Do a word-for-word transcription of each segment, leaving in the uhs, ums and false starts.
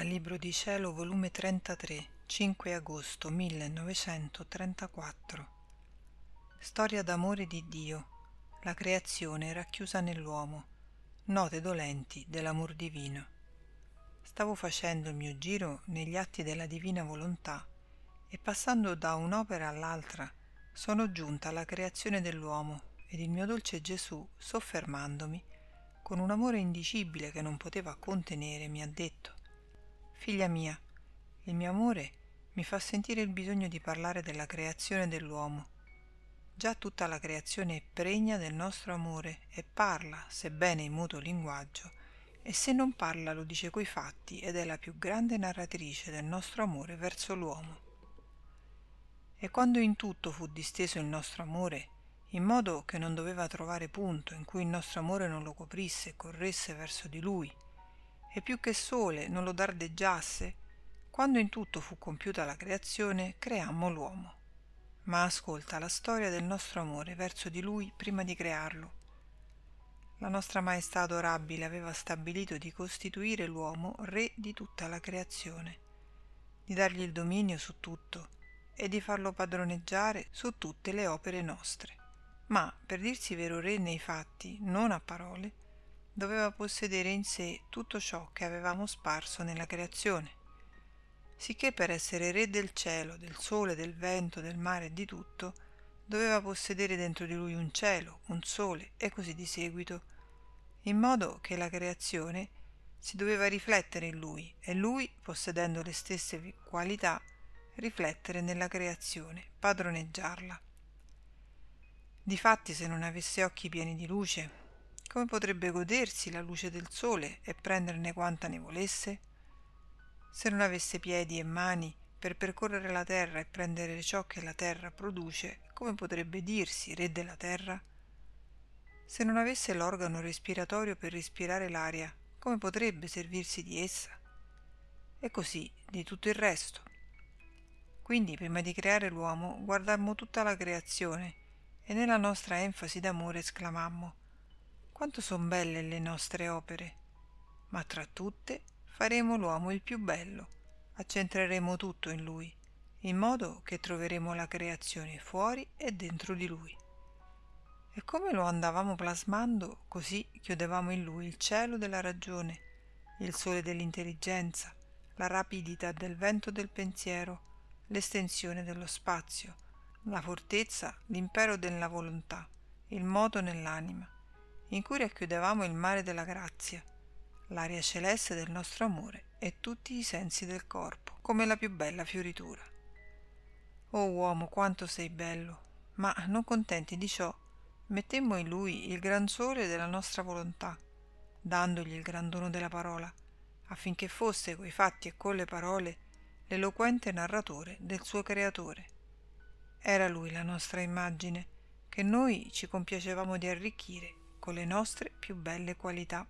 dal Libro di Cielo, volume trentatré, cinque agosto millenovecentotrentaquattro. Storia d'amore di Dio, la creazione racchiusa nell'uomo, note dolenti dell'amor divino. Stavo facendo il mio giro negli atti della divina volontà e passando da un'opera all'altra sono giunta alla creazione dell'uomo ed il mio dolce Gesù, soffermandomi, con un amore indicibile che non poteva contenere, mi ha detto: «Figlia mia, il mio amore mi fa sentire il bisogno di parlare della creazione dell'uomo. Già tutta la creazione è pregna del nostro amore e parla, sebbene in muto linguaggio, e se non parla lo dice coi fatti ed è la più grande narratrice del nostro amore verso l'uomo. E quando in tutto fu disteso il nostro amore, in modo che non doveva trovare punto in cui il nostro amore non lo coprisse e corresse verso di lui, e più che sole non lo dardeggiasse, quando in tutto fu compiuta la creazione, creammo l'uomo. Ma ascolta la storia del nostro amore verso di lui prima di crearlo. La nostra Maestà adorabile aveva stabilito di costituire l'uomo re di tutta la creazione, di dargli il dominio su tutto e di farlo padroneggiare su tutte le opere nostre. Ma, per dirsi vero re nei fatti, non a parole, doveva possedere in sé tutto ciò che avevamo sparso nella creazione, sicché per essere re del cielo, del sole, del vento, del mare e di tutto, doveva possedere dentro di lui un cielo, un sole e così di seguito, in modo che la creazione si doveva riflettere in lui e lui, possedendo le stesse qualità, riflettere nella creazione, padroneggiarla. Difatti, se non avesse occhi pieni di luce, come potrebbe godersi la luce del sole e prenderne quanta ne volesse? Se non avesse piedi e mani per percorrere la terra e prendere ciò che la terra produce, come potrebbe dirsi re della terra? Se non avesse l'organo respiratorio per respirare l'aria, come potrebbe servirsi di essa? E così di tutto il resto. Quindi, prima di creare l'uomo, guardammo tutta la creazione e nella nostra enfasi d'amore esclamammo: «Quanto son belle le nostre opere! Ma tra tutte faremo l'uomo il più bello, accentreremo tutto in lui, in modo che troveremo la creazione fuori e dentro di lui». E come lo andavamo plasmando, così chiudevamo in lui il cielo della ragione, il sole dell'intelligenza, la rapidità del vento del pensiero, l'estensione dello spazio, la fortezza, l'impero della volontà, il moto nell'anima, in cui racchiudevamo il mare della grazia, l'aria celeste del nostro amore e tutti i sensi del corpo, come la più bella fioritura. O uomo, quanto sei bello! Ma, non contenti di ciò, mettemmo in lui il gran sole della nostra volontà, dandogli il gran dono della parola, affinché fosse coi fatti e con le parole l'eloquente narratore del suo creatore. Era lui la nostra immagine, che noi ci compiacevamo di arricchire con le nostre più belle qualità.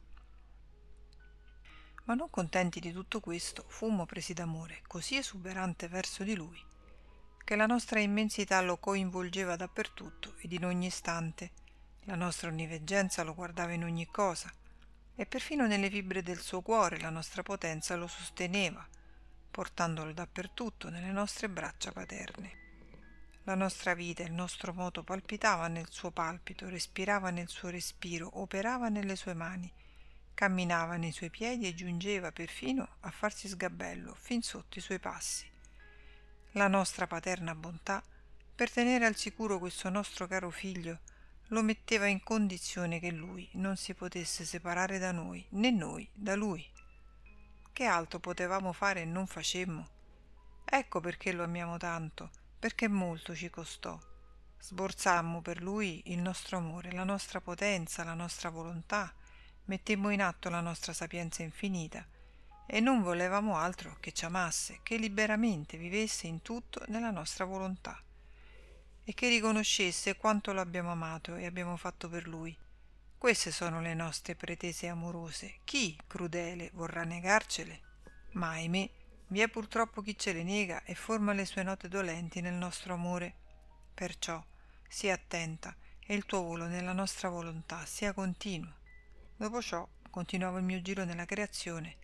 Ma non contenti di tutto questo, fummo presi d'amore così esuberante verso di lui, che la nostra immensità lo coinvolgeva dappertutto ed in ogni istante, la nostra onniveggenza lo guardava in ogni cosa, e perfino nelle fibre del suo cuore la nostra potenza lo sosteneva, portandolo dappertutto nelle nostre braccia paterne. La nostra vita, il nostro moto palpitava nel suo palpito, respirava nel suo respiro, operava nelle sue mani, camminava nei suoi piedi e giungeva perfino a farsi sgabello fin sotto i suoi passi. La nostra paterna bontà, per tenere al sicuro questo nostro caro figlio, lo metteva in condizione che lui non si potesse separare da noi, né noi da lui. Che altro potevamo fare e non facemmo? Ecco perché lo amiamo tanto, perché molto ci costò. Sborzammo per lui il nostro amore, la nostra potenza, la nostra volontà, mettemmo in atto la nostra sapienza infinita e non volevamo altro che ci amasse, che liberamente vivesse in tutto nella nostra volontà e che riconoscesse quanto lo abbiamo amato e abbiamo fatto per lui. Queste sono le nostre pretese amorose. Chi, crudele, vorrà negarcele? Ma ahimè, vi è purtroppo chi ce le nega e forma le sue note dolenti nel nostro amore. Perciò sii attenta e il tuo volo nella nostra volontà sia continuo. Dopo ciò continuavo il mio giro nella creazione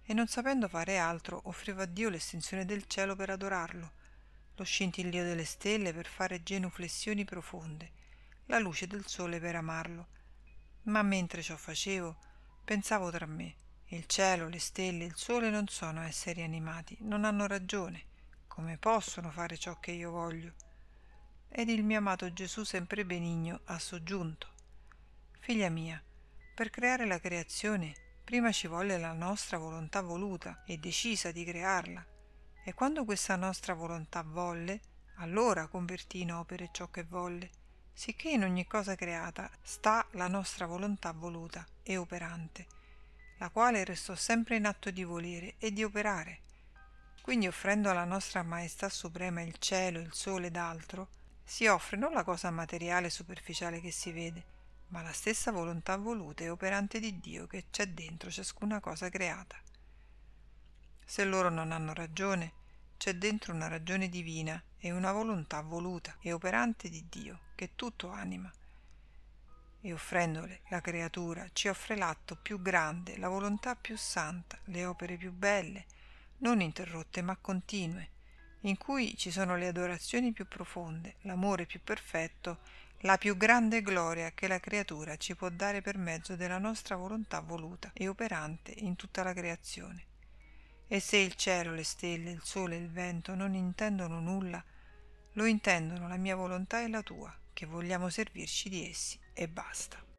e non sapendo fare altro offrivo a Dio l'estensione del cielo per adorarlo, lo scintillio delle stelle per fare genuflessioni profonde, la luce del sole per amarlo. Ma mentre ciò facevo, pensavo tra me: il cielo, le stelle, il sole non sono esseri animati, non hanno ragione. Come possono fare ciò che io voglio? Ed il mio amato Gesù, sempre benigno, ha soggiunto: figlia mia, per creare la creazione prima ci volle la nostra volontà voluta e decisa di crearla, e quando questa nostra volontà volle, allora convertì in opere ciò che volle, sicché in ogni cosa creata sta la nostra volontà voluta e operante, la quale restò sempre in atto di volere e di operare. Quindi, offrendo alla nostra Maestà Suprema il cielo, il sole ed altro, si offre non la cosa materiale e superficiale che si vede, ma la stessa volontà voluta e operante di Dio che c'è dentro ciascuna cosa creata. Se loro non hanno ragione, c'è dentro una ragione divina e una volontà voluta e operante di Dio che tutto anima. E offrendole la creatura ci offre l'atto più grande, la volontà più santa, le opere più belle, non interrotte ma continue, in cui ci sono le adorazioni più profonde, l'amore più perfetto, la più grande gloria che la creatura ci può dare per mezzo della nostra volontà voluta e operante in tutta la creazione. E se il cielo, le stelle, il sole e il vento non intendono nulla, lo intendono la mia volontà e la tua, che vogliamo servirci di essi, e basta.